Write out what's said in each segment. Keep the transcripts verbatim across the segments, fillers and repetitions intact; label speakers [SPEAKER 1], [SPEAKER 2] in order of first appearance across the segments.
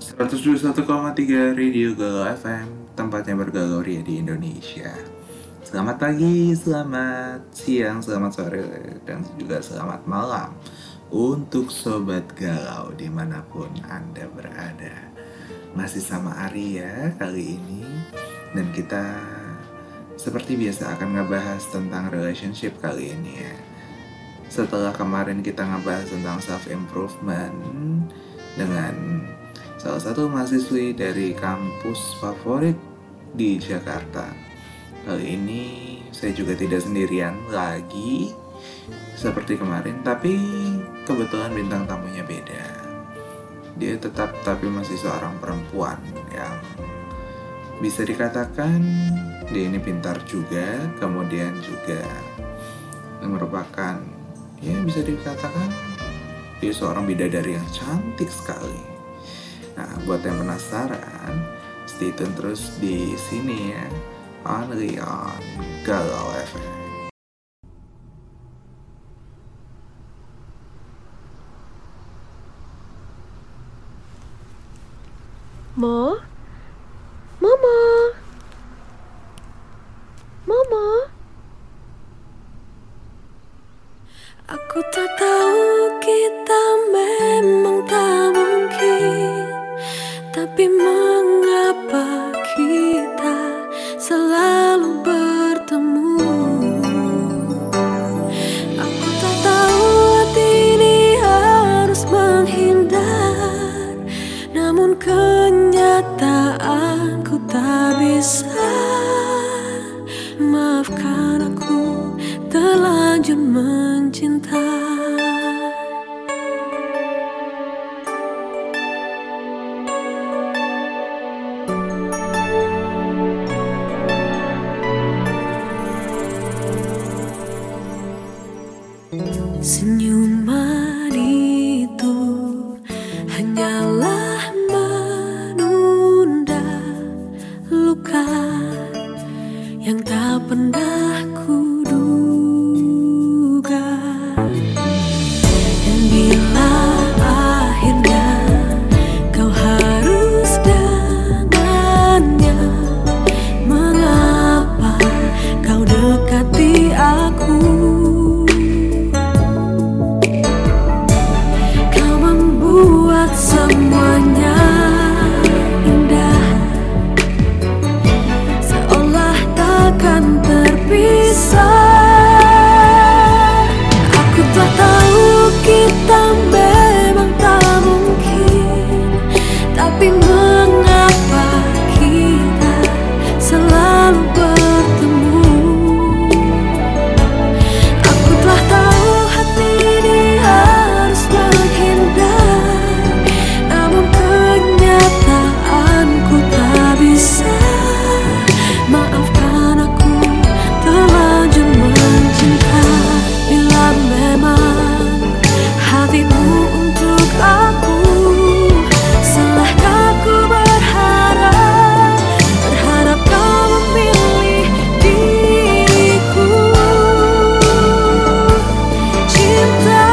[SPEAKER 1] seratus dua puluh satu koma tiga Radio Galau F M, tempatnya bergalau ria di Indonesia. Selamat pagi, selamat siang, selamat sore, dan juga selamat malam untuk Sobat Galau dimanapun Anda berada. Masih sama Arya kali ini, dan kita seperti biasa akan ngebahas tentang relationship kali ini ya. Setelah kemarin kita ngebahas tentang self-improvement dengan salah satu mahasiswi dari kampus favorit di Jakarta. Kali ini saya juga tidak sendirian lagi seperti kemarin, tapi kebetulan bintang tamunya beda. Dia tetap tapi masih seorang perempuan yang bisa dikatakan dia ini pintar juga, kemudian juga merupakan, ya bisa dikatakan dia seorang bidadari yang cantik sekali. Nah, buat yang penasaran, stay tune terus di sini ya, only on Galau F M.
[SPEAKER 2] Mo? Mama? Mama? Aku tak tahu kita memang tak mungkin, tapi mengapa kita selalu bertemu? Aku tak tahu hati ini harus menghindar, namun kenyataan ku tak bisa. Maafkan aku terlanjur mencinta. Senyuman itu hanyalah menunda luka yang tak pernah kuduga. Dan bila akhirnya kau harus dengannya, mengapa kau dekati aku? Kau membuat semuanya indah, seolah takkan terpisah. Aku tak tahu kita memang tak mungkin, tapi mengapa kita selalu bertemu? Aku telah tahu hati ini harus menghindar, namun kenyataan ku tak bisa. Maafkan aku terlanjur mencinta. Bila memang hatimu untuk aku, salahkah ku berharap, berharap kau memilih diriku? Cinta,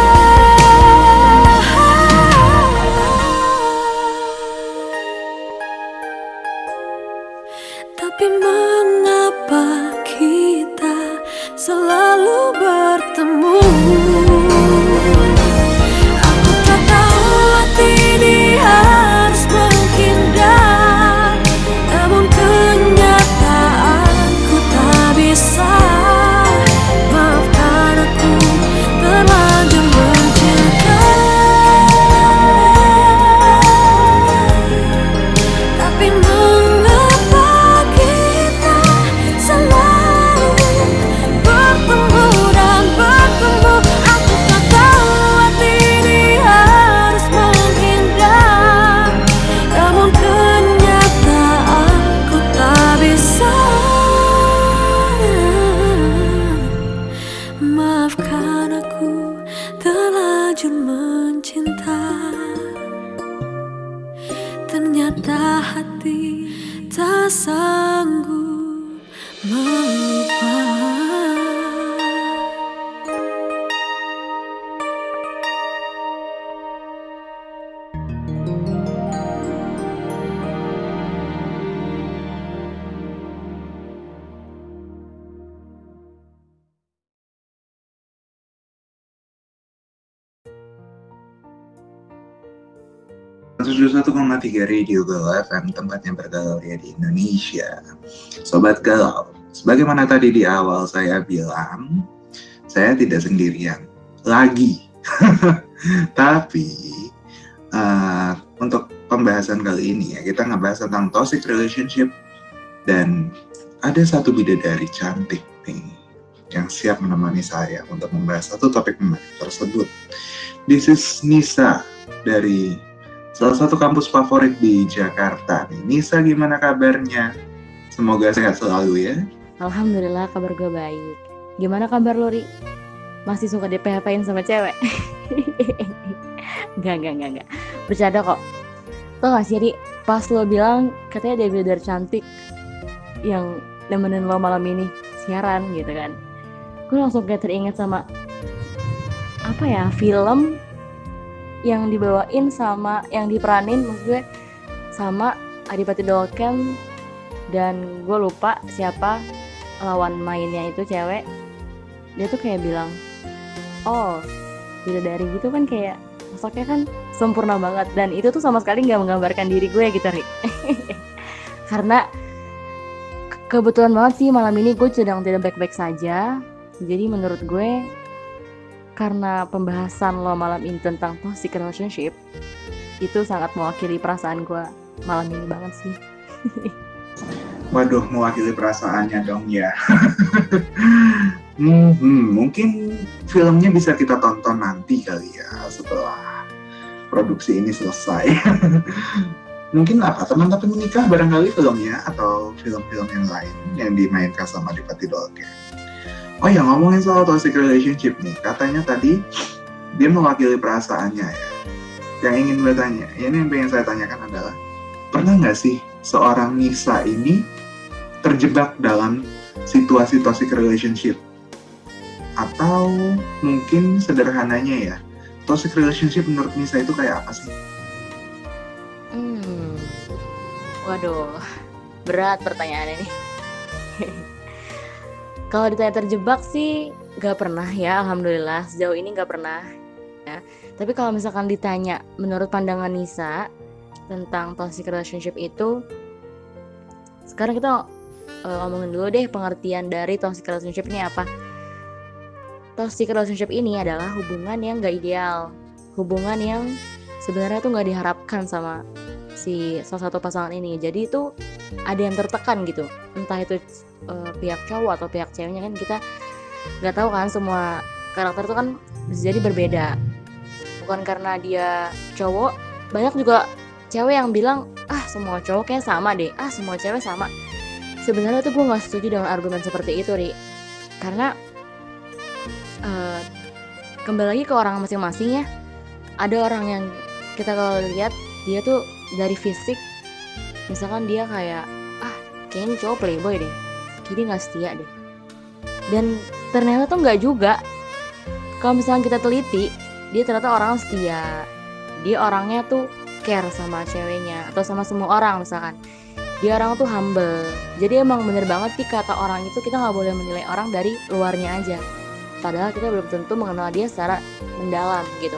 [SPEAKER 2] tapi mengapa kita selalu bertemu? Aku tak tahu hati ini harus menghindar, namun kenyataan ku tak bisa. Maafkan aku terlanjur mencinta, tapi mengapa kita selalu bertemu dan bertemu? Aku tak tahu hati ini harus menghindar, namun kenyataan ku tak bisa. Maafkan aku terlanjur mencinta, ternyata hati tak sanggup melupa.
[SPEAKER 1] seratus dua puluh satu koma tiga Radio Galau F M, tempatnya bergalau di Indonesia. Sobat Galau, sebagaimana tadi di awal saya bilang, saya tidak sendirian lagi. Tapi uh, untuk pembahasan kali ini ya, kita ngebahas tentang toxic relationship. Dan ada satu bidadari cantik nih yang siap menemani saya untuk membahas satu topik menarik tersebut. This is Nisa dari salah satu kampus favorit di Jakarta. Nisa, gimana kabarnya? Semoga sehat selalu ya.
[SPEAKER 3] Alhamdulillah, kabar gue baik. Gimana kabar lo, Ri? Masih suka di P H P-in sama cewek? Enggak, enggak, enggak, enggak. Bercanda kok. Tau gak sih, Ri? Pas lo bilang katanya dia bidadari cantik yang nemenin lo malam ini siaran gitu kan, gue langsung kayak teringat sama apa ya, film yang dibawain sama yang diperanin maksud gue sama Adipati Dolken, dan gue lupa siapa lawan mainnya itu cewek. Dia tuh kayak bilang, oh bidadari gitu kan, kayak masaknya kan sempurna banget, dan itu tuh sama sekali nggak menggambarkan diri gue gitu, Ri. Karena kebetulan banget sih malam ini gue sedang tidak baik-baik saja. Jadi menurut gue, karena pembahasan lo malam ini tentang toxic relationship, itu sangat mewakili perasaan gue malam ini banget sih.
[SPEAKER 1] Waduh, mewakili perasaannya dong ya. hmm, hmm, mungkin filmnya bisa kita tonton nanti kali ya, setelah produksi ini selesai. Mungkin apa, Teman Tapi Menikah barangkali filmnya, atau film-film yang lain yang dimainkan sama Adipati Dolken. Oh ya, ngomongin soal toxic relationship nih, katanya tadi dia mewakili perasaannya ya. Yang ingin gue tanya, ini yang pengen saya tanyakan adalah, pernah nggak sih seorang Nisa ini terjebak dalam situasi toxic relationship? Atau mungkin sederhananya ya, toxic relationship menurut Nisa itu kayak apa sih?
[SPEAKER 3] Hmm, waduh, berat pertanyaannya nih. Kalau ditanya terjebak sih gak pernah ya, alhamdulillah sejauh ini gak pernah ya. Tapi kalau misalkan ditanya menurut pandangan Nisa tentang toxic relationship itu, sekarang kita uh, ngomongin dulu deh pengertian dari toxic relationship ini apa. Toxic relationship ini adalah hubungan yang gak ideal, hubungan yang sebenarnya tuh gak diharapkan sama si salah satu pasangan ini. Jadi itu ada yang tertekan gitu, entah itu uh, pihak cowok atau pihak ceweknya, kan kita nggak tahu kan, semua karakter itu kan bisa jadi berbeda. Bukan karena dia cowok, banyak juga cewek yang bilang, ah semua cowok kayak sama deh, ah semua cewek sama. Sebenarnya tuh gue nggak setuju dengan argumen seperti itu, Ri. Karena uh, kembali lagi ke orang masing-masing ya. Ada orang yang kita kalau lihat dia tuh dari fisik, misalkan dia kayak, ah kayaknya cowok playboy deh, kayaknya gak setia deh. Dan ternyata tuh gak juga. Kalau misalkan kita teliti, dia ternyata orang setia, dia orangnya tuh care sama ceweknya atau sama semua orang. Misalkan dia orang tuh humble. Jadi emang bener banget sih kata orang itu, kita gak boleh menilai orang dari luarnya aja, padahal kita belum tentu mengenal dia secara mendalam gitu.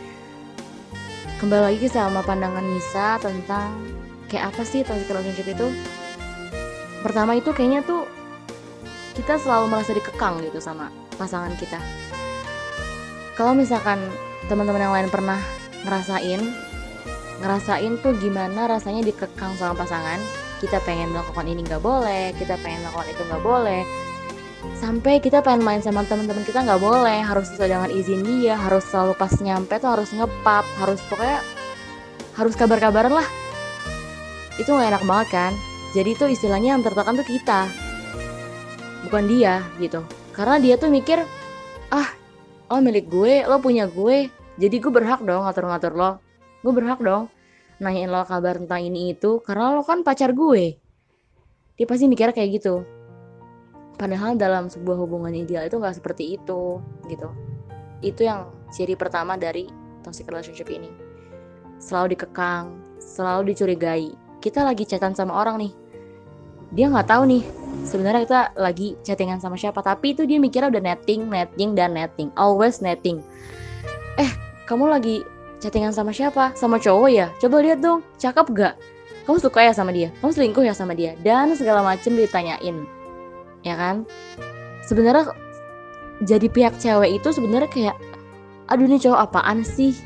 [SPEAKER 3] Kembali lagi sama pandangan Nisa tentang kayak apa sih toxic relationship itu. Pertama itu kayaknya tuh kita selalu merasa dikekang gitu sama pasangan kita. Kalau misalkan teman-teman yang lain pernah ngerasain ngerasain tuh gimana rasanya dikekang sama pasangan. Kita pengen melakukan ini gak boleh, kita pengen melakukan itu gak boleh, sampai kita pengen main sama teman-teman kita nggak boleh, harus sesuai dengan izin dia, harus selalu pas nyampe tuh harus ngepap, harus pokoknya harus kabar-kabaran lah. Itu nggak enak banget kan. Jadi tuh istilahnya yang tertekan tuh kita, bukan dia gitu. Karena dia tuh mikir, ah lo milik gue, lo punya gue, jadi gue berhak dong ngatur-ngatur lo, gue berhak dong nanyain lo kabar tentang ini itu, karena lo kan pacar gue. Dia pasti mikir kayak gitu. Padahal dalam sebuah hubungan ideal itu gak seperti itu gitu. Itu yang ciri pertama dari toxic relationship ini. Selalu dikekang, selalu dicurigai. Kita lagi chatan sama orang nih, dia gak tahu nih sebenarnya kita lagi chattingan sama siapa, tapi itu dia mikirnya udah netting, netting, dan netting. Always netting. Eh, kamu lagi chattingan sama siapa? Sama cowok ya? Coba lihat dong, cakep gak? Kamu suka ya sama dia? Kamu selingkuh ya sama dia? Dan segala macem ditanyain, ya kan? Sebenarnya jadi pihak cewek itu sebenarnya kayak, aduh nih cowok apaan sih?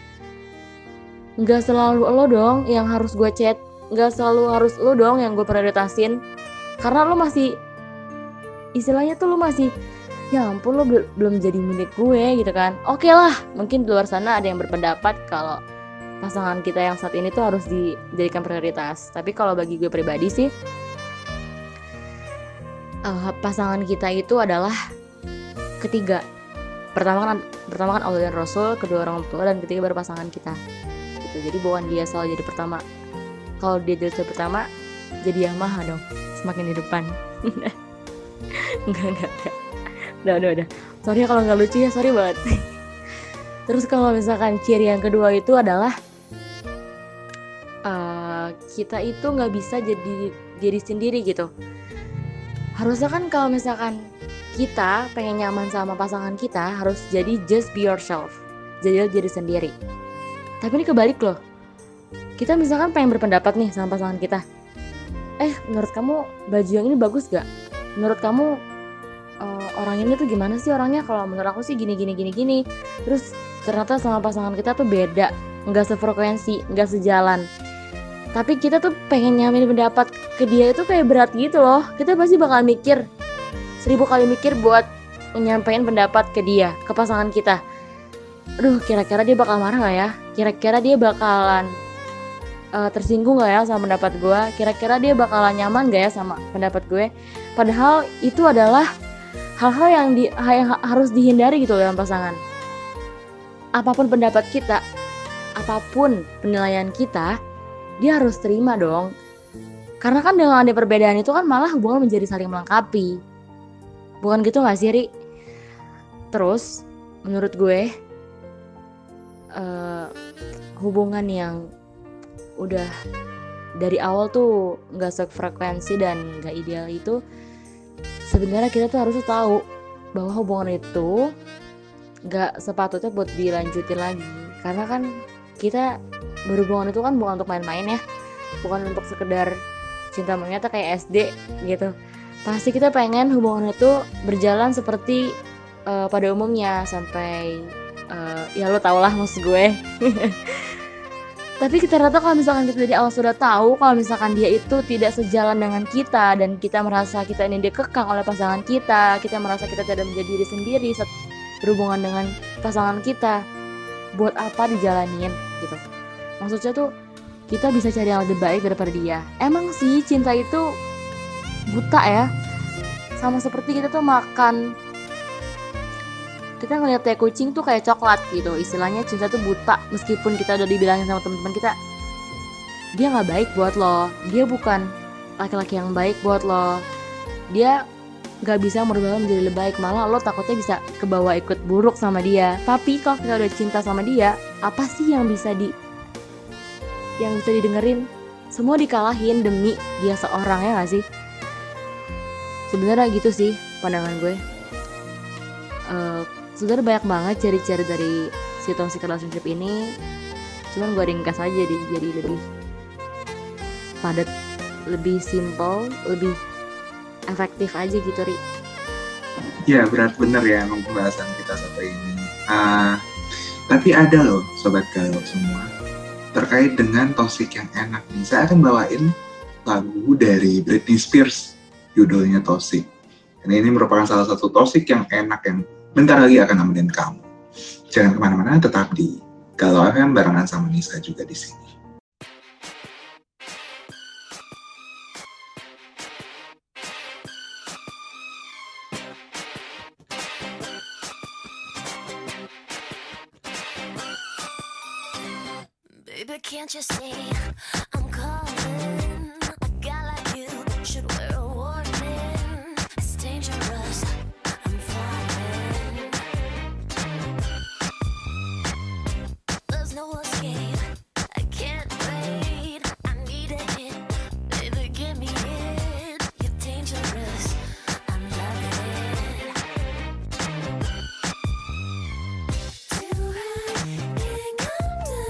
[SPEAKER 3] Nggak selalu lo dong yang harus gue chat, nggak selalu harus lo dong yang gue prioritasin, karena lo masih, istilahnya tuh lo masih, ya ampun lo bel- belum jadi milik gue gitu kan. Oke lah, mungkin di luar sana ada yang berpendapat kalau pasangan kita yang saat ini tuh harus dijadikan prioritas. Tapi kalau bagi gue pribadi sih, uh, pasangan kita itu adalah ketiga. Pertama kan pertama kan Allah dan Rasul, kedua orang tua, dan ketiga baru pasangan kita. Gitu. Jadi bukan dia selalu jadi pertama. Kalau dia jadi pertama, jadi Yamaha dong, semakin di depan. enggak enggak enggak. Udah udah udah. Sorry kalau nggak lucu ya, sorry banget. Terus kalau misalkan ciri yang kedua itu adalah uh, kita itu nggak bisa jadi diri sendiri gitu. Harusnya kan kalau misalkan kita pengen nyaman sama pasangan kita, harus jadi just be yourself, jadi diri sendiri. Tapi ini kebalik loh. Kita misalkan pengen berpendapat nih sama pasangan kita, eh menurut kamu baju yang ini bagus gak? Menurut kamu uh, orang ini tuh gimana sih orangnya? Kalau menurut aku sih gini gini gini gini. Terus ternyata sama pasangan kita tuh beda, nggak sefrekuensi, nggak sejalan. Tapi kita tuh pengen nyamain pendapat ke dia itu kayak berat gitu loh. Kita pasti bakal mikir seribu kali mikir buat menyampaikan pendapat ke dia, ke pasangan kita. Aduh, kira-kira dia bakal marah gak ya? Kira-kira dia bakalan uh, tersinggung gak ya sama pendapat gue? Kira-kira dia bakalan nyaman gak ya sama pendapat gue? Padahal itu adalah hal-hal yang, di, yang harus dihindari gitu dalam pasangan. Apapun pendapat kita, apapun penilaian kita, dia harus terima dong. Karena kan dengan ada perbedaan itu kan malah hubungan menjadi saling melengkapi. Bukan gitu gak sih, Ri? Terus, menurut gue, uh, hubungan yang udah dari awal tuh gak sefrekuensi dan gak ideal itu, sebenarnya kita tuh harus tahu bahwa hubungan itu gak sepatutnya buat dilanjutin lagi. Karena kan kita berhubungan itu kan bukan untuk main-main ya, bukan untuk sekedar cinta monyet kayak S D gitu. Pasti kita pengen hubungan itu berjalan seperti uh, pada umumnya sampai uh, ya lo tau lah maksud gue. Tapi kita rata kalau misalkan kita dari awal sudah tahu kalau misalkan dia itu tidak sejalan dengan kita dan kita merasa kita ini dikekang oleh pasangan kita, kita merasa kita tidak menjadi diri sendiri saat berhubungan dengan pasangan kita, buat apa dijalanin gitu. Maksudnya tuh kita bisa cari yang lebih baik daripada dia. Emang sih cinta itu buta ya, sama seperti kita tuh makan, kita ngeliat teh kucing tuh kayak coklat gitu. Istilahnya cinta tuh buta, meskipun kita udah dibilangin sama teman-teman kita, dia nggak baik buat lo, dia bukan laki-laki yang baik buat lo, dia nggak bisa merubah lo menjadi lebih baik, malah lo takutnya bisa kebawa ikut buruk sama dia. Tapi kalau kita udah cinta sama dia, apa sih yang bisa di yang bisa didengerin? Semua dikalahin demi dia seorang, ya nggak sih? Sebenarnya gitu sih pandangan gue. Uh, sebenarnya banyak banget ciri-ciri dari si toxic relationship ini. Cuman gue ringkas aja jadi, jadi lebih padat, lebih simple, lebih efektif aja gitu, Ri.
[SPEAKER 1] Ya berat bener ya emang pembahasan kita satu ini. Uh, tapi ada loh sobat galau semua, terkait dengan toxic yang enak nih. Saya akan bawain lagu dari Britney Spears, judulnya Toxic. Dan ini merupakan salah satu toxic yang enak yang bentar lagi akan nemenin kamu. Jangan kemana-mana, tetap di Galau F M barengan sama Nisa juga di sini.
[SPEAKER 2] Baby, can't you see I'm calling? A guy like you should wear a warning. It's dangerous, I'm falling. There's no escape, I can't wait. I need a hit, baby, give me it. You're dangerous, I'm loving it. Do I think I'm done?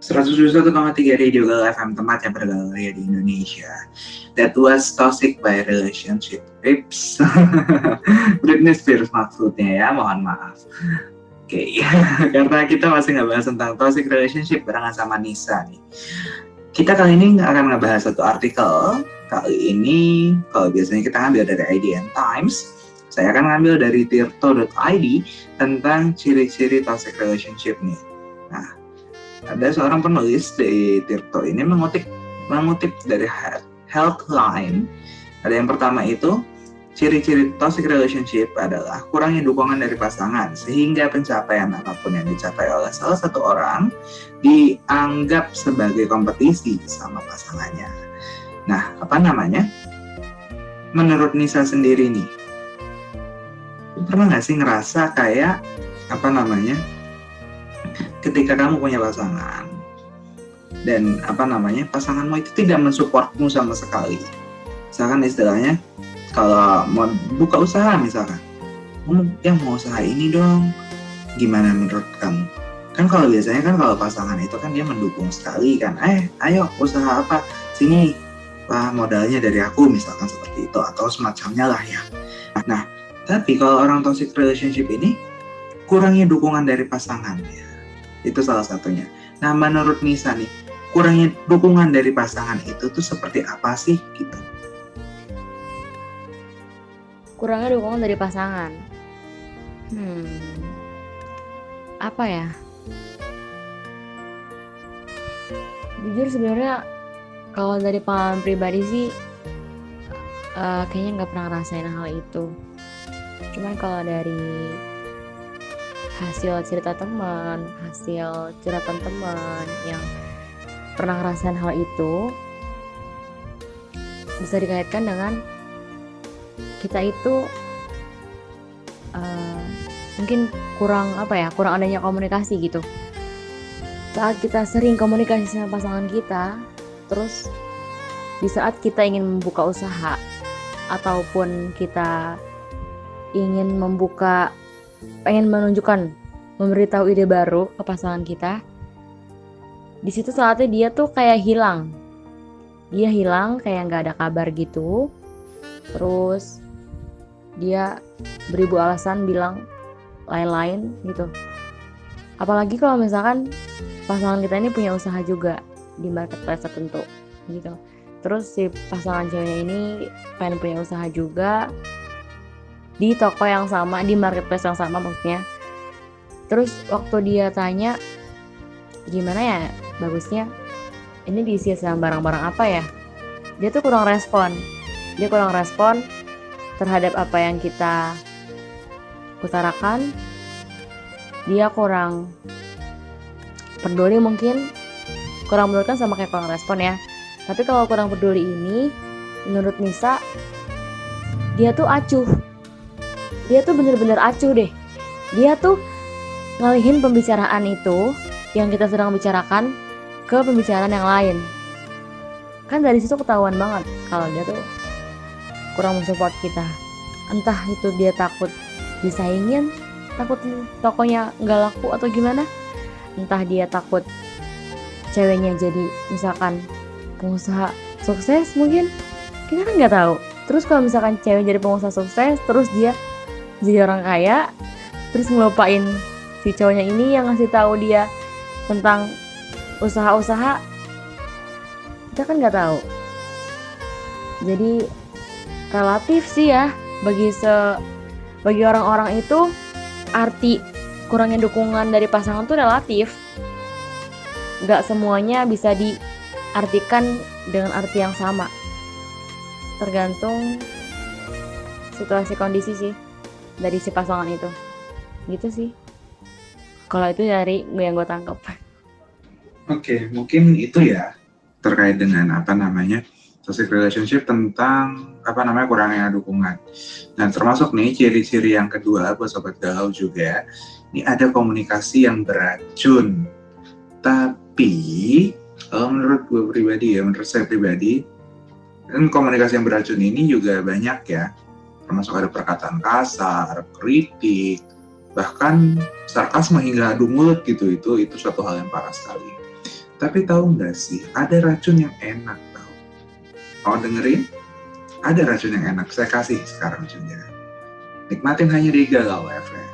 [SPEAKER 1] seratus tujuh puluh satu koma tiga Radio Galau F M, tempat yang bergalau di Indonesia. That was Toxic by Relationship. Oops. Britney Spears maksudnya ya, mohon maaf. Oke, okay. Karena kita masih ngebahas tentang toxic relationship barengan sama Nisa nih. Kita kali ini akan ngebahas satu artikel. Kali ini, kalau biasanya kita ngambil dari I D N Times, saya akan ngambil dari tirto dot I D tentang ciri-ciri toxic relationship nih. Nah, ada seorang penulis di Tirto ini mengutip mengutip dari Healthline. Ada yang pertama itu, ciri-ciri toxic relationship adalah kurangnya dukungan dari pasangan sehingga pencapaian apapun yang dicapai oleh salah satu orang dianggap sebagai kompetisi sama pasangannya. Nah, apa namanya? Menurut Nisa sendiri nih, pernah nggak sih ngerasa kayak apa namanya? Ketika kamu punya pasangan dan apa namanya pasanganmu itu tidak mensupportmu sama sekali, misalkan istilahnya kalau mau buka usaha misalkan, kamu yang mau usaha ini dong, gimana menurut kamu? Kan kalau biasanya kan kalau pasangan itu kan dia mendukung sekali kan, eh ayo usaha apa, sini lah modalnya dari aku misalkan seperti itu atau semacamnya lah ya. Nah tapi kalau orang toxic relationship ini kurangnya dukungan dari pasangannya. Itu salah satunya. Nah, menurut Nisa nih, kurangnya dukungan dari pasangan itu tuh seperti apa sih gitu?
[SPEAKER 3] Kurangnya dukungan dari pasangan. Hmm. Apa ya? Jujur sebenarnya kalau dari pengalaman pribadi sih uh, kayaknya nggak pernah ngerasain hal itu. Cuman kalau dari hasil cerita teman, hasil curhatan teman yang pernah ngerasain hal itu, bisa dikaitkan dengan kita itu uh, mungkin kurang apa ya, kurang adanya komunikasi gitu. Saat kita sering komunikasi sama pasangan kita, terus di saat kita ingin membuka usaha ataupun kita ingin membuka pengen menunjukkan, memberitahu ide baru ke pasangan kita, di situ saatnya dia tuh kayak hilang, dia hilang kayak nggak ada kabar gitu, terus dia beribu alasan bilang lain-lain gitu. Apalagi kalau misalkan pasangan kita ini punya usaha juga di marketplace tertentu gitu, terus si pasangan ceweknya ini pengen punya usaha juga di toko yang sama, di marketplace yang sama maksudnya. Terus waktu dia tanya gimana ya bagusnya ini diisi sama barang-barang apa ya, dia tuh kurang respon dia kurang respon terhadap apa yang kita utarakan. Dia kurang peduli, mungkin kurang peduli kan sama kayak kurang respon ya. Tapi kalau kurang peduli ini menurut Nisa, dia tuh acuh dia tuh bener-bener acuh deh. Dia tuh ngalihin pembicaraan itu yang kita sedang bicarakan ke pembicaraan yang lain. Kan dari situ ketahuan banget kalau dia tuh kurang mensupport kita. Entah itu dia takut disaingin, takut tokonya nggak laku atau gimana. Entah dia takut ceweknya jadi misalkan pengusaha sukses mungkin. Kita kan nggak tahu. Terus kalau misalkan cewek jadi pengusaha sukses, terus dia jadi orang kaya, terus ngelupain si cowoknya ini yang ngasih tahu dia tentang usaha-usaha, kita kan nggak tahu. Jadi relatif sih ya, bagi se bagi orang-orang itu arti kurangnya dukungan dari pasangan tuh relatif. Nggak semuanya bisa diartikan dengan arti yang sama. Tergantung situasi kondisi sih dari si pasangan itu, gitu sih. Kalau itu dari yang gue tangkap.
[SPEAKER 1] Oke, mungkin itu ya terkait dengan apa namanya toxic relationship, tentang apa namanya kurangnya dukungan. Dan termasuk nih ciri-ciri yang kedua buat sobat galau juga, ini ada komunikasi yang beracun. Tapi kalau menurut gue pribadi ya, menurut saya pribadi, dan komunikasi yang beracun ini juga banyak ya, termasuk ada perkataan kasar, kritik, bahkan sarkasme hingga adu mulut gitu. Itu itu suatu hal yang parah sekali. Tapi tahu nggak sih, ada racun yang enak tau. Mau dengerin? Ada racun yang enak, saya kasih sekarang juga. Nikmatin hanya di Galau F M.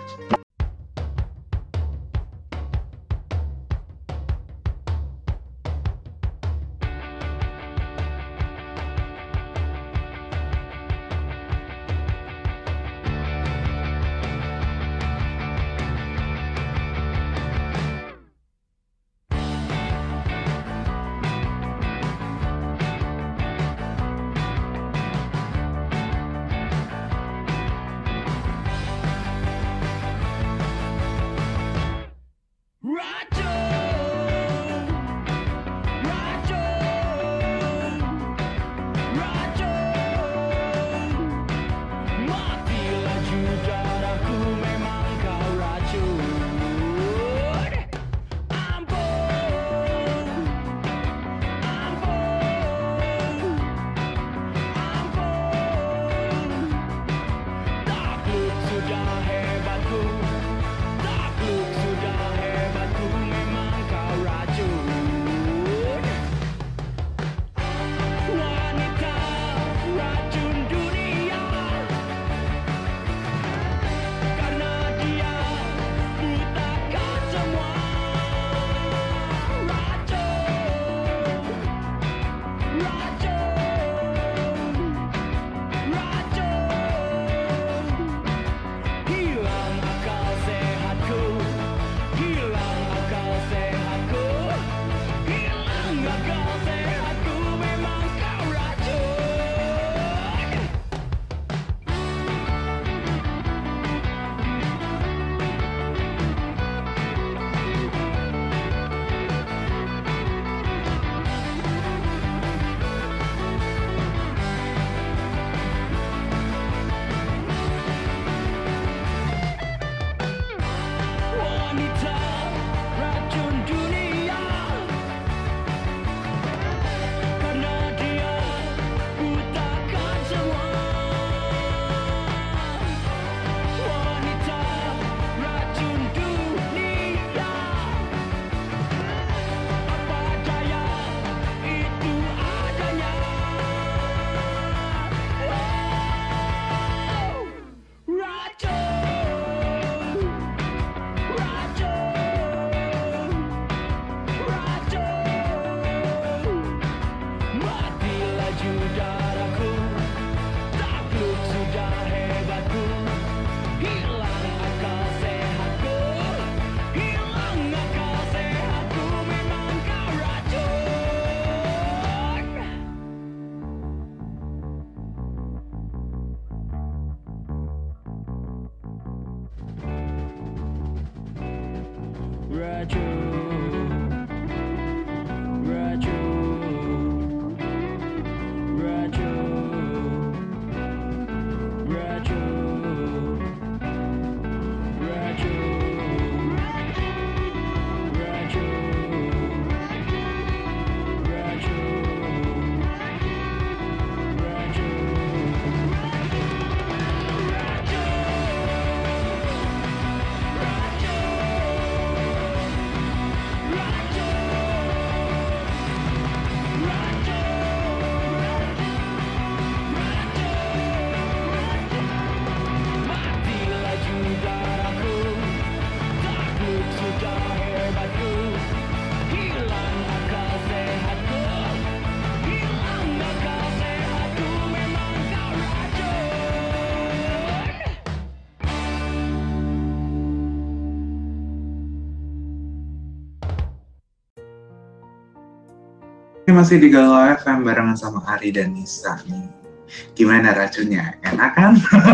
[SPEAKER 1] Masih di Galau F M barengan sama Ari dan Nisa nih. Gimana racunnya? Enak kan?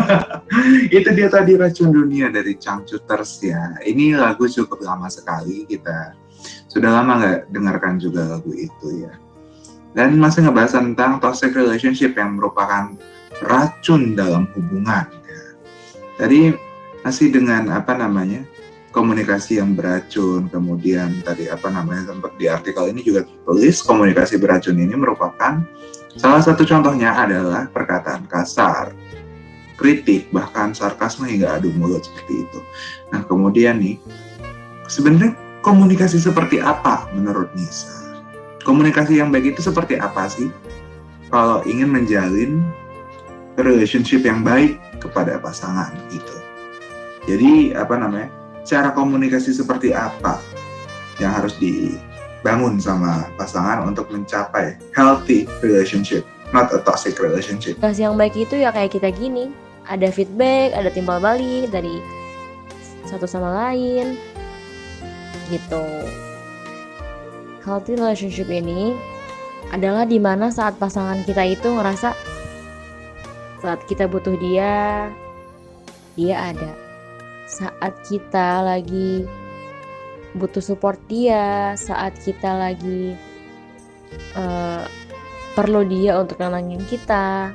[SPEAKER 1] Itu dia tadi Racun Dunia dari Changcuters ya. Ini lagu cukup lama sekali, kita sudah lama nggak dengarkan juga lagu itu ya. Dan masih ngebahas tentang toxic relationship yang merupakan racun dalam hubungan ya. Tadi masih dengan apa namanya? Komunikasi yang beracun, kemudian tadi apa namanya tempat di artikel ini juga tulis komunikasi beracun ini merupakan salah satu contohnya adalah perkataan kasar, kritik, bahkan sarkasme hingga adu mulut seperti itu. Nah kemudian nih, sebenarnya komunikasi seperti apa menurut Nisa? Komunikasi yang baik itu seperti apa sih? Kalau ingin menjalin relationship yang baik kepada pasangan gitu. Jadi apa namanya? Cara komunikasi seperti apa yang harus dibangun sama pasangan untuk mencapai healthy relationship, not a toxic relationship.
[SPEAKER 3] Komunikasi yang baik itu ya kayak kita gini, ada feedback, ada timbal balik dari satu sama lain gitu. Healthy relationship ini adalah dimana saat pasangan kita itu ngerasa saat kita butuh dia, dia ada. Saat kita lagi butuh support dia, saat kita lagi uh, perlu dia untuk nenangin kita,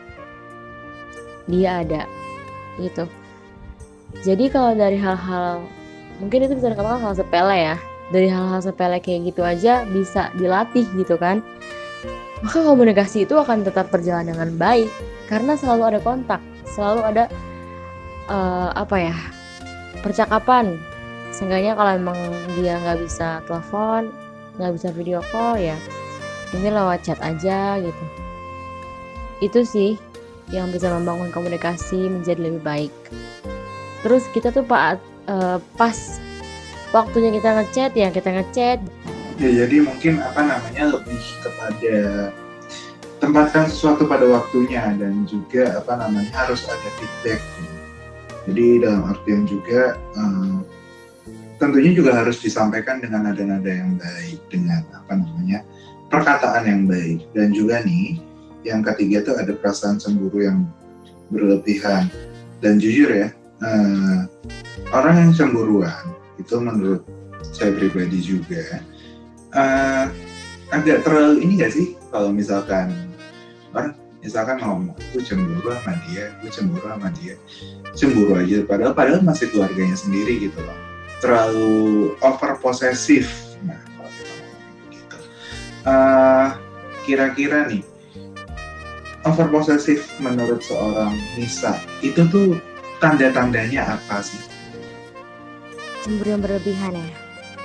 [SPEAKER 3] dia ada gitu. Jadi kalau dari hal-hal, mungkin itu bisa dikatakan hal sepele ya, dari hal-hal sepele kayak gitu aja bisa dilatih gitu kan, maka komunikasi itu akan tetap berjalan dengan baik karena selalu ada kontak, selalu ada uh, apa ya, percakapan. Seenggaknya kalau emang dia nggak bisa telepon, nggak bisa video call, ya mungkin lewat chat aja gitu. Itu sih yang bisa membangun komunikasi menjadi lebih baik. Terus kita tuh pak uh, pas waktunya kita ngechat ya kita ngechat.
[SPEAKER 1] Ya jadi mungkin apa namanya lebih kepada tempatkan sesuatu pada waktunya dan juga apa namanya harus ada feedback. Jadi dalam artian juga um, tentunya juga harus disampaikan dengan nada-nada yang baik, dengan apa namanya perkataan yang baik. Dan juga nih yang ketiga tuh ada perasaan cemburu yang berlebihan. Dan jujur ya, uh, orang yang cemburuan itu menurut saya pribadi juga uh, agak terlalu ini gak sih kalau misalkan orang misalkan ngomong gue cemburu sama dia, gue cemburu sama dia, cemburu aja padahal padahal masih keluarganya sendiri gitu loh, terlalu over posesif. Nah kalau kita ngomong begitu, uh, kira-kira nih over posesif menurut seorang Nisa itu tuh tanda-tandanya apa sih?
[SPEAKER 3] Cemburu yang berlebihan ya.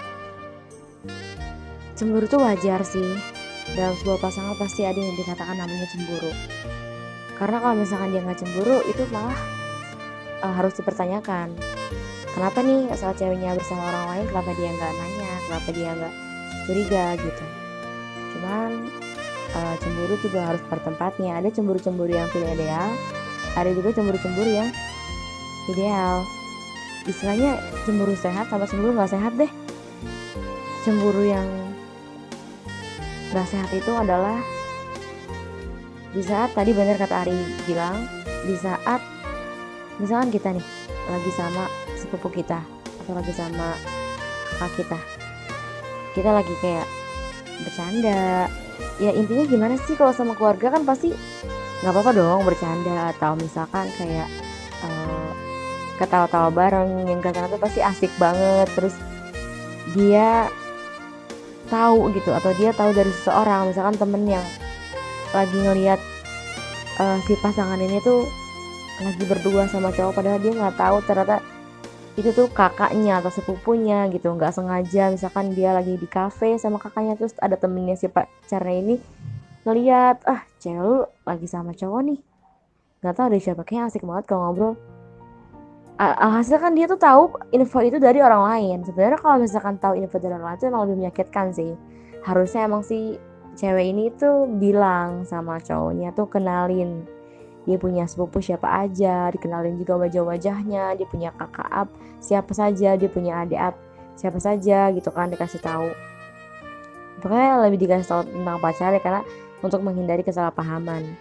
[SPEAKER 3] Cemburu tuh wajar sih. Dalam sebuah pasangan pasti ada yang dikatakan namanya cemburu. Karena kalau misalkan dia nggak cemburu, itu malah uh, harus dipertanyakan. Kenapa nih saat ceweknya bersama orang lain, kenapa dia nggak nanya, kenapa dia nggak curiga gitu. Cuman uh, cemburu juga harus pada tempatnya. Ada cemburu-cemburu yang tidak ideal, ada juga cemburu-cemburu yang ideal. Istilahnya cemburu sehat sama cemburu nggak sehat deh. Cemburu yang nggak sehat itu adalah di saat tadi benar kata Ari bilang, di saat misalkan kita nih lagi sama sepupu kita atau lagi sama kakak kita, kita lagi kayak bercanda. Ya intinya gimana sih, kalau sama keluarga kan pasti nggak apa-apa dong bercanda, atau misalkan kayak uh, ketawa-tawa bareng, yang kata tuh pasti asik banget. Terus dia tahu gitu, atau dia tahu dari seseorang, misalkan temen yang lagi ngelihat uh, si pasangan ini tuh lagi berdua sama cowok, padahal dia nggak tahu ternyata itu tuh kakaknya atau sepupunya gitu, nggak sengaja. Misalkan dia lagi di kafe sama kakaknya, terus ada temennya si pacarnya ini ngelihat, ah cewek lu lagi sama cowok nih, nggak tahu ada siapa, kayaknya asik banget kalau ngobrol. Alhasil kan dia tuh tahu info itu dari orang lain. Sebenarnya kalau misalkan tahu info dari orang lain itu emang lebih menyakitkan sih. Harusnya emang si cewek ini tuh bilang sama cowoknya tuh, kenalin dia punya sepupu siapa aja, dikenalin juga wajah-wajahnya, dia punya kakak ab siapa saja, dia punya adik ab siapa saja gitu kan, dikasih tahu. Pokoknya lebih dikasih tahu tentang pacarnya karena untuk menghindari kesalahpahaman.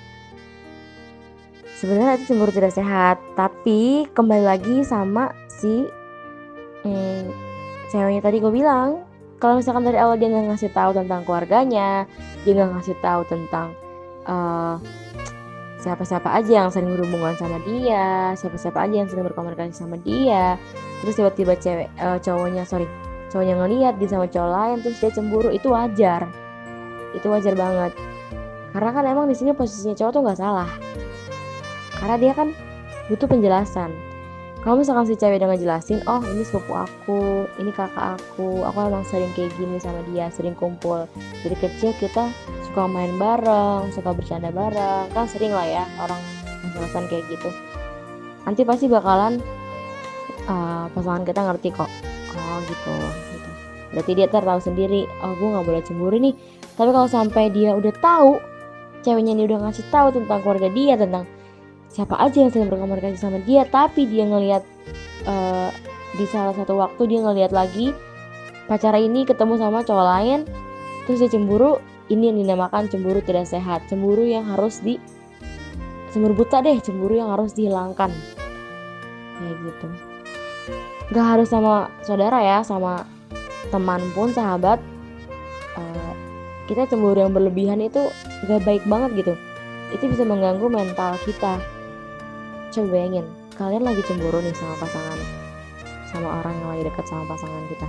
[SPEAKER 3] Sebenarnya itu cemburu tidak sehat, tapi kembali lagi sama si hmm, ceweknya tadi gue bilang, kalau misalkan dari awal dia nggak ngasih tahu tentang keluarganya, dia nggak ngasih tahu tentang uh, siapa-siapa aja yang sering berhubungan sama dia, siapa-siapa aja yang sering berkomunikasi sama dia, terus tiba-tiba cewek uh, cowoknya sorry cowoknya ngelihat dia sama cowok lain, terus dia cemburu, itu wajar, itu wajar banget. Karena kan emang di sini posisinya cowok tuh nggak salah. Karena dia kan butuh penjelasan. Kalau misalkan si cewek udah ngejelasin, oh ini sepupu aku, ini kakak aku, aku emang sering kayak gini sama dia, sering kumpul. Dari kecil kita suka main bareng, suka bercanda bareng, kan sering lah ya orang ngejelasin kayak gitu. Nanti pasti bakalan uh, pasangan kita ngerti kok, oh gitu, gitu. Berarti dia tahu sendiri, oh gue nggak boleh cemburu nih. Tapi kalau sampai dia udah tahu, ceweknya ini udah ngasih tahu tentang keluarga dia, tentang siapa aja yang sering berkomunikasi sama dia, tapi dia ngelihat uh, di salah satu waktu dia ngelihat lagi pacar ini ketemu sama cowok lain, terus dia cemburu. Ini yang dinamakan cemburu tidak sehat, cemburu yang harus di cemburu buta deh, cemburu yang harus dihilangkan kayak gitu. Gak harus sama saudara ya, sama teman pun, sahabat. Uh, kita cemburu yang berlebihan itu gak baik banget gitu. Itu bisa mengganggu mental kita. Coba bayangin, kalian lagi cemburu nih sama pasangan, sama orang yang lagi dekat sama pasangan kita.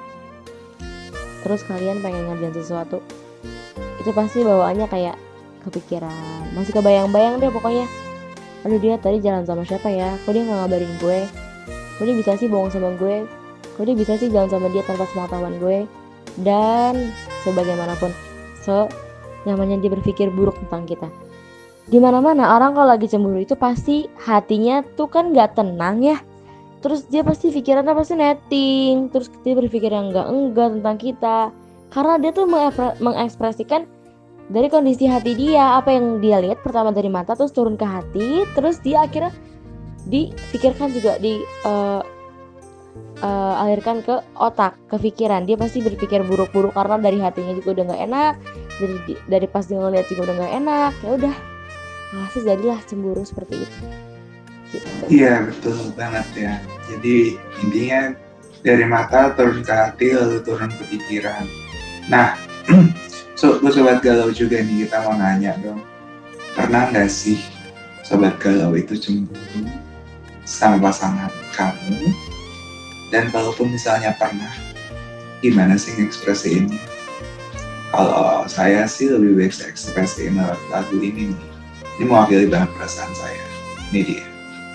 [SPEAKER 3] Terus kalian pengen ngerjain sesuatu, itu pasti bawaannya kayak kepikiran, masih kebayang-bayang deh pokoknya. Aduh dia tadi jalan sama siapa ya, kok dia gak ngabarin gue, kok dia bisa sih bohong sama gue, kok dia bisa sih jalan sama dia tanpa sepengetahuan gue. Dan sebagaimanapun, so namanya dia berpikir buruk tentang kita. Dimana-mana orang kalau lagi cemburu itu pasti hatinya tuh kan gak tenang ya. Terus dia pasti pikirannya pasti netting, terus dia berpikir yang enggak-enggak tentang kita. Karena dia tuh mengekspresikan dari kondisi hati dia, apa yang dia lihat pertama dari mata terus turun ke hati, terus dia akhirnya dipikirkan juga di uh, uh, alirkan ke otak, ke pikiran. Dia pasti berpikir buruk-buruk karena dari hatinya juga udah gak enak, dari dari pas dia ngeliat juga udah gak enak. Ya udah, hasil jadilah cemburu seperti itu gitu.
[SPEAKER 1] Iya betul banget ya. Jadi intinya dari mata turun ke hati lalu turun ke pikiran. Nah, so, sobat galau juga nih, kita mau nanya dong, pernah nggak sih sobat galau itu cemburu sama pasangan kamu? Dan kalaupun misalnya pernah, gimana sih ekspresiinnya? Kalau saya sih lebih baik saya ekspresiin lewat lagu ini nih. Ini mewakili banget perasaan saya. Ini dia.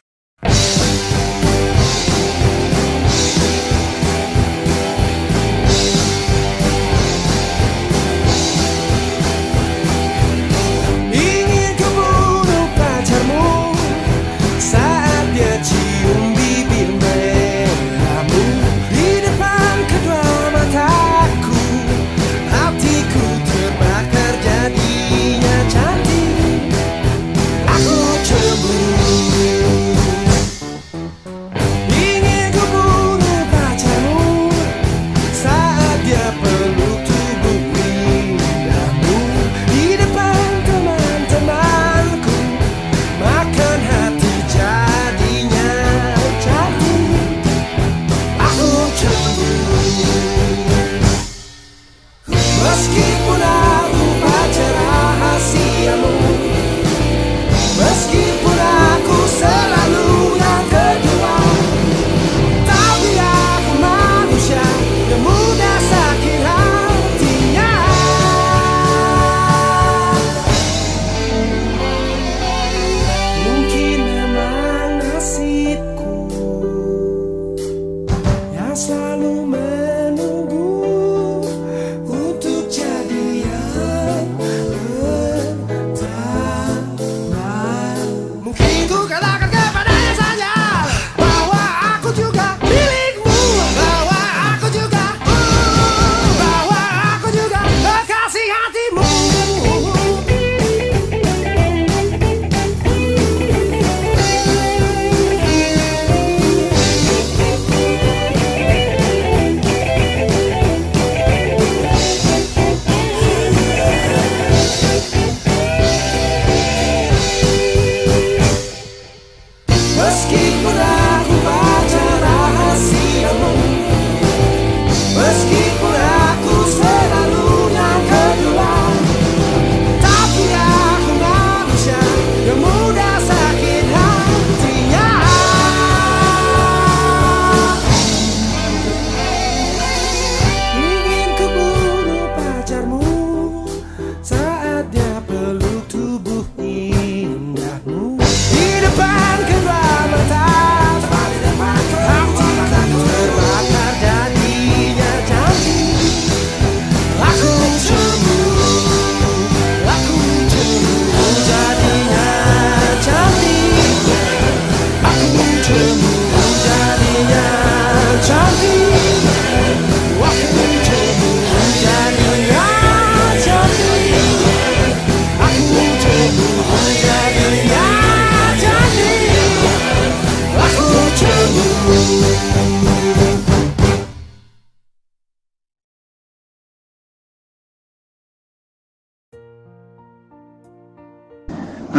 [SPEAKER 4] Ingin ku bunuh pacarmu saat dia cium bibir merahmu di depan kedua mataku. Hatiku terbakar jadinya cantik. Aku cemburu.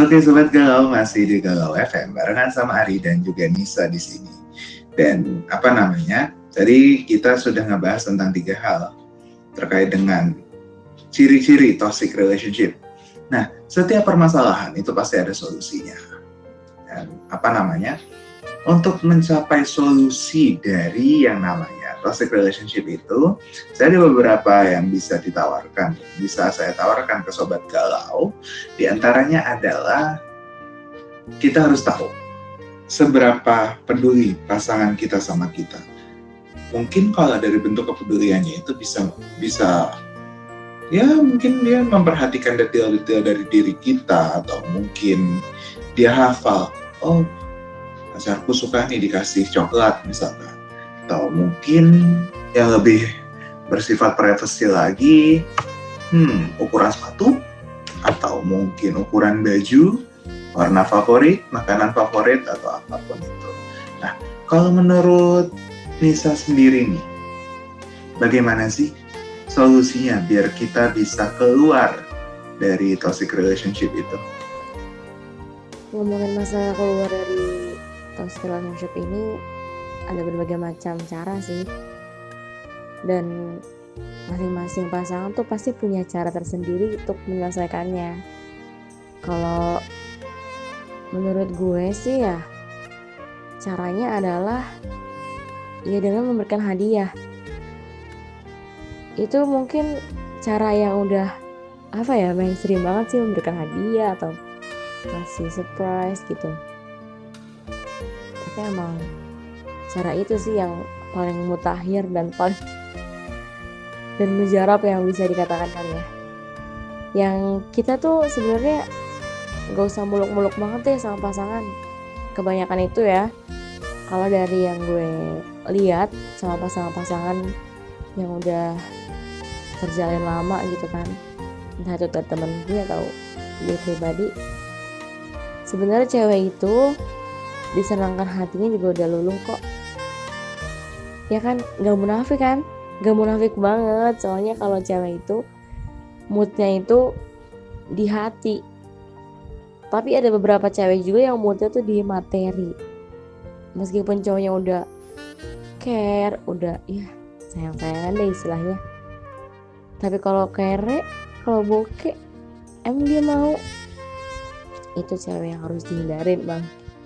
[SPEAKER 1] Oke Sobat Galau, masih di Galau F M barengan sama Ari dan juga Nisa di sini. Dan apa namanya? Jadi kita sudah ngebahas tentang tiga hal terkait dengan ciri-ciri toxic relationship. Nah, setiap permasalahan itu pasti ada solusinya. Dan apa namanya? Untuk mencapai solusi dari yang namanya toxic relationship itu, saya ada beberapa yang bisa ditawarkan, bisa saya tawarkan ke Sobat Galau. Di antaranya adalah kita harus tahu seberapa peduli pasangan kita sama kita. Mungkin kalau dari bentuk kepeduliannya itu bisa bisa ya mungkin dia memperhatikan detail-detail dari diri kita, atau mungkin dia hafal, oh pacarku suka nih dikasih coklat misalkan, atau mungkin yang lebih bersifat privasi lagi, hmm, ukuran sepatu, atau mungkin ukuran baju, warna favorit, makanan favorit, atau apapun itu. Nah, kalau menurut Nisa sendiri nih, bagaimana sih solusinya biar kita bisa keluar dari toxic relationship itu?
[SPEAKER 3] Ngomongin masalah keluar dari toxic relationship ini ada berbagai macam cara sih, dan masing-masing pasangan tuh pasti punya cara tersendiri untuk menyelesaikannya. Kalau menurut gue sih ya caranya adalah ya dengan memberikan hadiah. Itu mungkin cara yang udah apa ya, mainstream banget sih, memberikan hadiah atau ngasih surprise gitu. Tapi emang cara itu sih yang paling mutakhir dan paling dan mujarab yang bisa dikatakan kali ya. Yang kita tuh sebenarnya gak usah muluk-muluk banget deh sama pasangan. Kebanyakan itu ya, kalau dari yang gue lihat sama pasangan-pasangan yang udah terjalin lama gitu kan, entah itu dari temen gue atau gue pribadi, sebenarnya cewek itu disenangkan hatinya juga udah luluh kok. Ya kan, gak munafik kan, gak munafik banget. Soalnya kalau cewek itu moodnya itu di hati. Tapi ada beberapa cewek juga yang moodnya tuh di materi. Meskipun cowoknya udah care, udah ya sayang-sayangan deh istilahnya, tapi kalau kere, kalau bokeh, emang dia mau? Itu cewek yang harus dihindarin bang.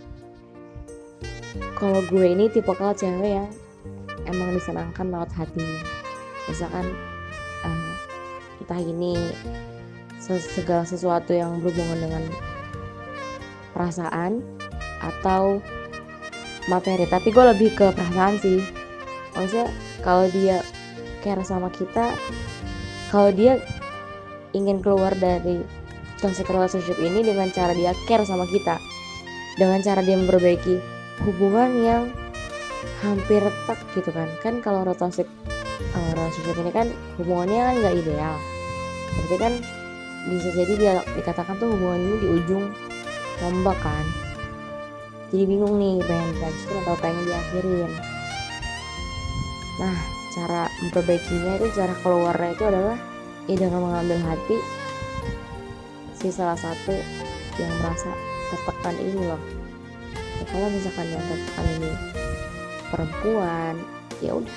[SPEAKER 3] Kalau gue ini tipe kalau cewek yang emang disenangkan lewat hatinya. Misalkan uh, entah ini segala sesuatu yang berhubungan dengan perasaan atau materi, tapi gue lebih ke perasaan sih. Maksudnya kalau dia care sama kita, kalau dia ingin keluar dari toxic relationship ini dengan cara dia care sama kita, dengan cara dia memperbaiki hubungan yang hampir retak gitu kan. Kan kalau toxic uh, relationship ini kan hubungannya kan gak ideal, berarti kan bisa jadi dia dikatakan tuh hubungan ini di ujung tombak kan. Jadi bingung nih, pengen dilanjutin atau pengen diakhirin. Nah, cara memperbaikinya itu, cara keluarnya itu adalah ya dengan mengambil hati si salah satu yang merasa tertekan ini loh. Ya, kalau misalkan yang tertekan ini perempuan, ya udah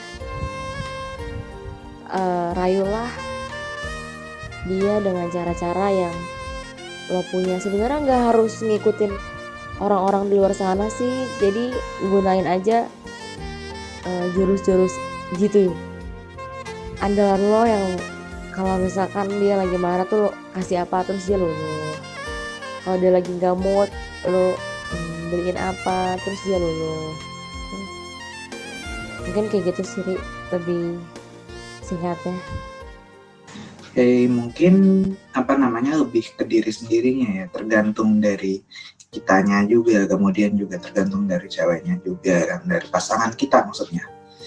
[SPEAKER 3] uh, rayulah dia dengan cara-cara yang lo punya. Sebenarnya nggak harus ngikutin orang-orang di luar sana sih, jadi gunain aja uh, jurus-jurus gitu andalan lo, yang kalau misalkan dia lagi marah tuh lo kasih apa terus dia luluh. Kalau dia lagi nggak mood, lo hmm, beliin apa terus dia luluh. Mungkin kayak gitu sih, lebih singkatnya.
[SPEAKER 1] Eh mungkin apa namanya lebih ke diri sendirinya ya, tergantung dari kitanya juga, kemudian juga tergantung dari ceweknya juga, dan dari pasangan kita maksudnya.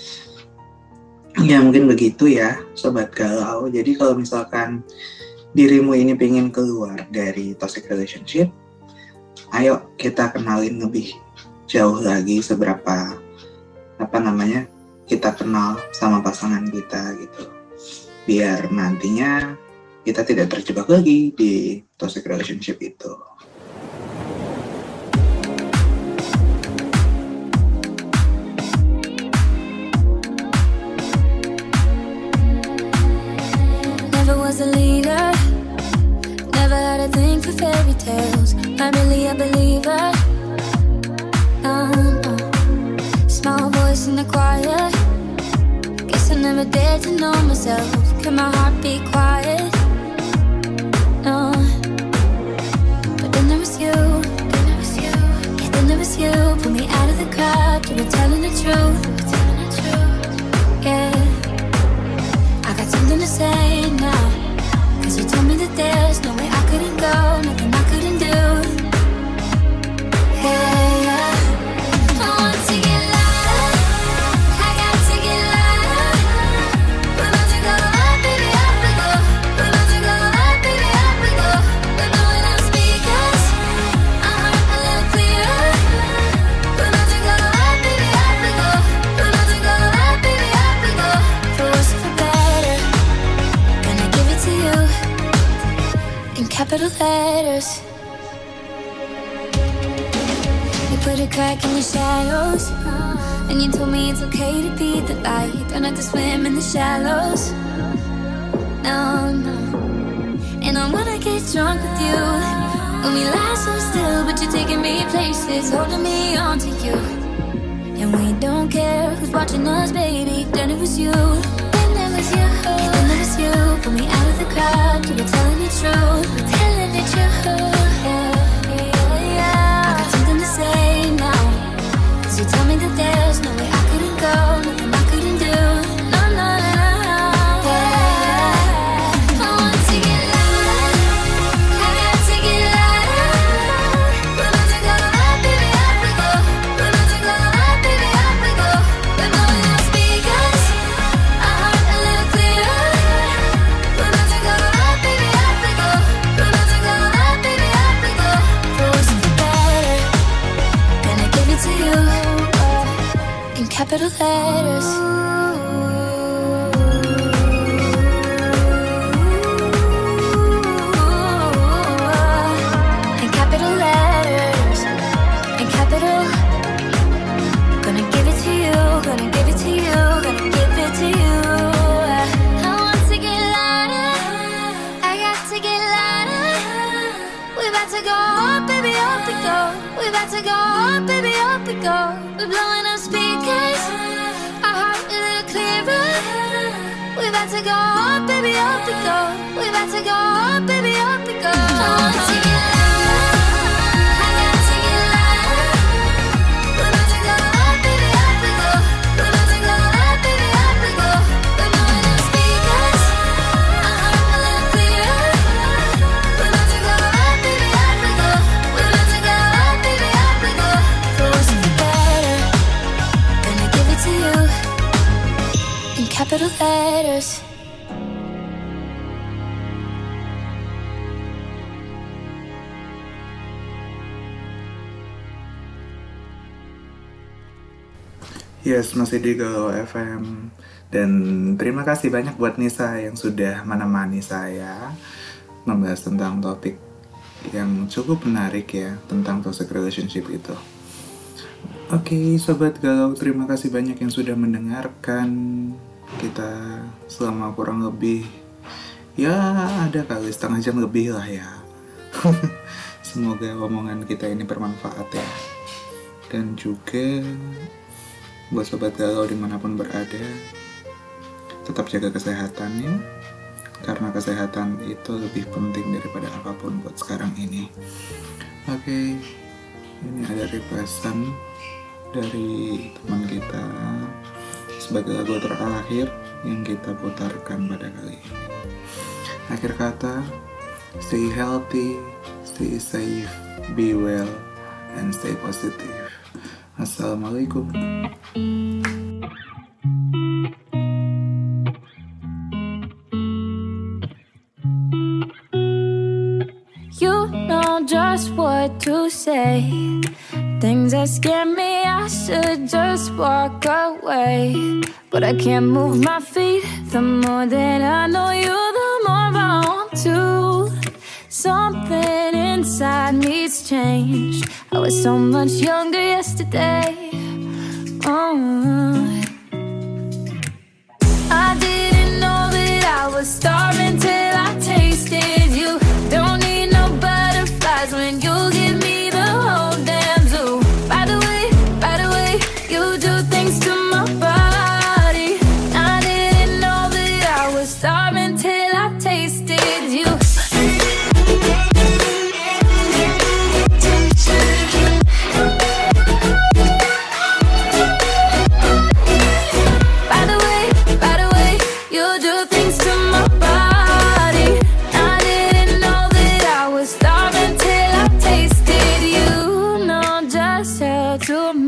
[SPEAKER 1] Ya mungkin begitu ya Sobat Galau. Jadi kalau misalkan dirimu ini pengen keluar dari toxic relationship, ayo kita kenalin lebih jauh lagi seberapa apa namanya kita kenal sama pasangan kita gitu, biar nantinya kita tidak terjebak lagi di toxic relationship itu.
[SPEAKER 2] never dared to know myself. Can my heart be quiet? No. But then there was you. Then there was you. Yeah, then there was you. Pull me out of the crowd. You were telling the truth. You were telling the truth. Yeah. I got something to say now. Cause you told me that there's no way I couldn't go, nothing I couldn't do. Yeah, yeah. I want to get louder. I got to get louder. We're about to go up, baby, up we go. We're about to go up, baby, up we go. We're blowing out speakers. Our heart a little clearer. We're about to go up, baby, up we go. We're about to go up, baby, up we go. For worse or for better, gonna give it to you in capital letters. You put a crack in the shadows, and you told me it's okay to be the light. Don't have to swim in the shallows. No, no. And I wanna get drunk with you. When we lie so still, but you're taking me places, holding me on to you. And we don't care who's watching us, baby. Then it was you. Then there was you. Yeah, then there was you. Pull me out of the crowd. You were telling the truth. Telling the truth. Yeah, yeah, yeah. I got something to say now. Cause you told me that there's no way I couldn't go, nothing I couldn't do. No, no, no, no. Yeah. I want to get louder. I got to get louder. We're about to go up, baby, up we go. We're about to go up, baby, up we go. We're blowing out speakers. Our heart a little clearer. We're about to go up, baby, up we go. We're about to go up, baby, up we go. For worse or for better, gonna give it to you in capital letters. In capital letters. In capital. Gonna give it to you. Gonna give it to you. Gonna give it to you. I want to get louder. I got to get louder. We about to go up, baby, up we go. We about to go up, baby, up we go. We're blowing up speakers. Our heart a little clearer. We about to go up, baby, up we go. We about to go up, baby, up we go. I want to get louder. I got to get louder. We're about to go up, baby, up we go. We're about to go up, baby, up we go. We're blowing up speakers. Our heart a little clearer. We're about to go up, baby, up we go. We're about to go up, baby, up we go. For worse or for better, gonna give it to you in capital letters.
[SPEAKER 1] Yes, masih di Galau F M. Dan terima kasih banyak buat Nisa yang sudah menemani saya membahas tentang topik yang cukup menarik ya, tentang toxic relationship itu. Oke, Sobat Galau, terima kasih banyak yang sudah mendengarkan kita selama kurang lebih, ya ada kali setengah jam lebih lah ya. Semoga omongan kita ini bermanfaat ya. Dan juga buat Sobat Galau dimanapun berada, tetap jaga kesehatannya, karena kesehatan itu lebih penting daripada apapun buat sekarang ini. Oke, ini ada requestan dari teman kita sebagai lagu terakhir yang kita putarkan pada kali ini. Akhir kata, stay healthy, stay safe, be well, and stay positive. Assalamualaikum.
[SPEAKER 2] You know just what to say. Things that scare me, I should just walk away. But I can't move my feet. The more that I know you, the more I want to. Something inside me's changed. I was so much younger yesterday. Oh. I didn't know that I was starving till I tasted you. Don't need no butterflies when you give me the whole damn zoo. By the way, by the way, you do things to my body. I didn't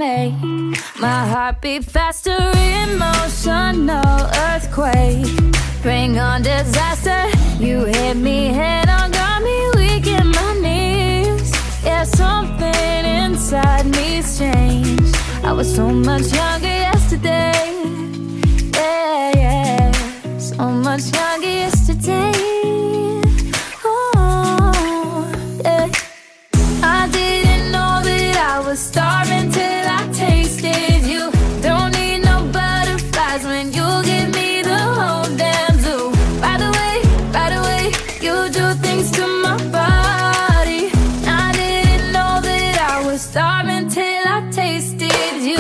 [SPEAKER 2] make my heart beat faster, emotional earthquake. Bring on disaster. You hit me head on, got me weak in my knees. Yeah, something inside me's changed. I was so much younger yesterday. Yeah, yeah, so much younger yesterday. Oh, yeah. I didn't know that I was starving till I tasted you. Don't need no butterflies when you give me the whole damn zoo. By the way, by the way, you do things to my body. I didn't know that I was starving till I tasted you.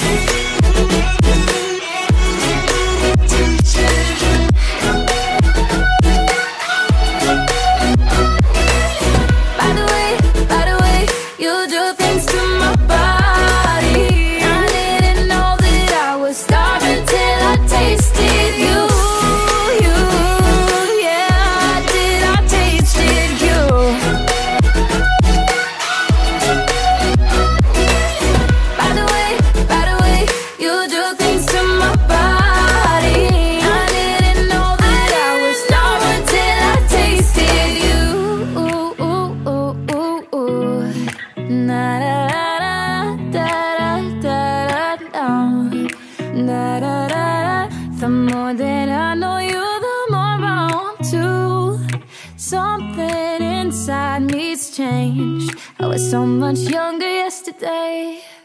[SPEAKER 2] By the way, by the way, you do things to my body. I didn't know that I was starving till I tasted you. You, yeah, did I tasted you. By the way, by the way, you do things to my body. I didn't know that I was starving till I tasted you. Ooh, ooh, ooh, ooh, ooh. Na da da da da da da. Na da da da. The more that I know you, the more I want to. Something inside me's changed. I was so much younger yesterday.